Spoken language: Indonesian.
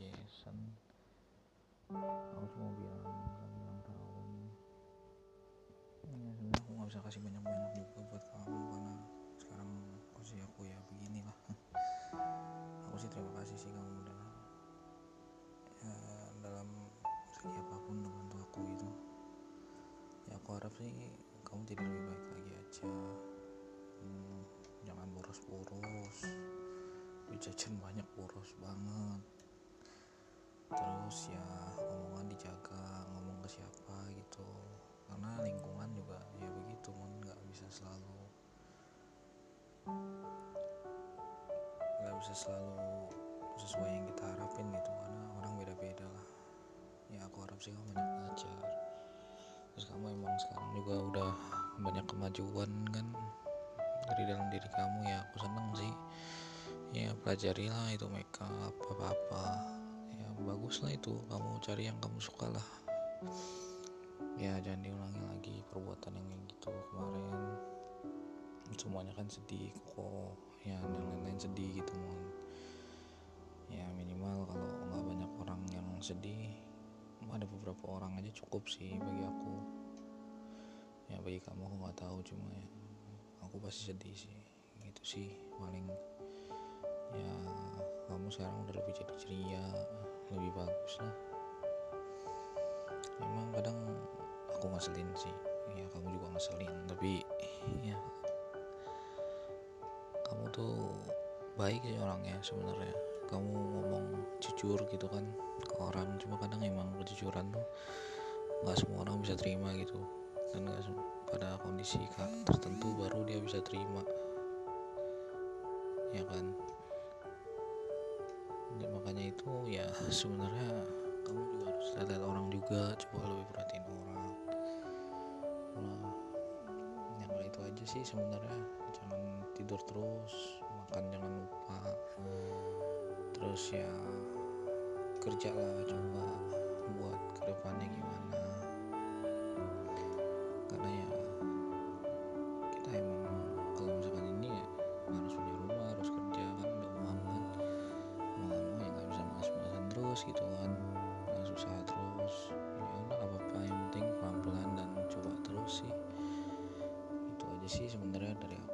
Jason. Aku cuma bilang selamat ulang tahun. Ya sebenarnya aku nggak bisa kasih banyak-banyak juga buat kamu karena sekarang usia aku ya beginilah. Aku sih terima kasih sih kamu udah ya, dalam segi apapun udah bantu aku gitu. Ya aku harap sih kamu jadi lebih baik lagi aja. Jangan boros-boros. Jajan banyak boros banget. Terus ya omongan dijaga, ngomong ke siapa gitu, karena lingkungan juga ya begitu, nggak bisa selalu sesuai yang kita harapin gitu, karena orang beda-beda lah. Ya aku harap sih kamu banyak belajar. Terus kamu emang sekarang juga udah banyak kemajuan kan dari dalam diri kamu, ya aku seneng sih. Ya pelajarilah itu makeup apa-apa, ya bagus lah itu, kamu cari yang kamu suka lah. Ya jangan diulangi lagi perbuatan yang kayak gitu kemarin. Semuanya kan sedih kok, ya dan lain-lain sedih gitu ya minimal kalau nggak banyak orang yang sedih, ada beberapa orang aja cukup sih bagi aku. Ya bagi kamu aku nggak tahu, cuma ya aku pasti sedih sih, gitu sih paling. Ya kamu sekarang udah lebih jadi ceria, lebih bagus lah. Emang kadang aku ngeselin sih, ya kamu juga ngeselin, tapi ya kamu tuh baik sih orangnya sebenarnya. Kamu ngomong jujur gitu kan ke orang, cuma kadang emang kejujuran tuh nggak semua orang bisa terima gitu, dan nggak pada kondisi tertentu baru dia bisa terima, ya kan. Jadi makanya itu ya sebenarnya kamu juga harus lihat orang juga, coba lebih perhatiin orang. Nah, yang itu aja sih sebenarnya. Jangan tidur terus, makan jangan lupa, terus ya kerja lah coba buat kedepannya gimana, karena ya kita emang kalau misalkan ini ya harus punya rumah, harus kerja kan, udah uang kan, mau nggak mau ya nggak bisa malas-malasan terus gitu kan, nggak susah terus. Ya udah nggak apa-apa, yang penting pelan-pelan dan coba terus sih. Itu aja sih sebenarnya dari aku.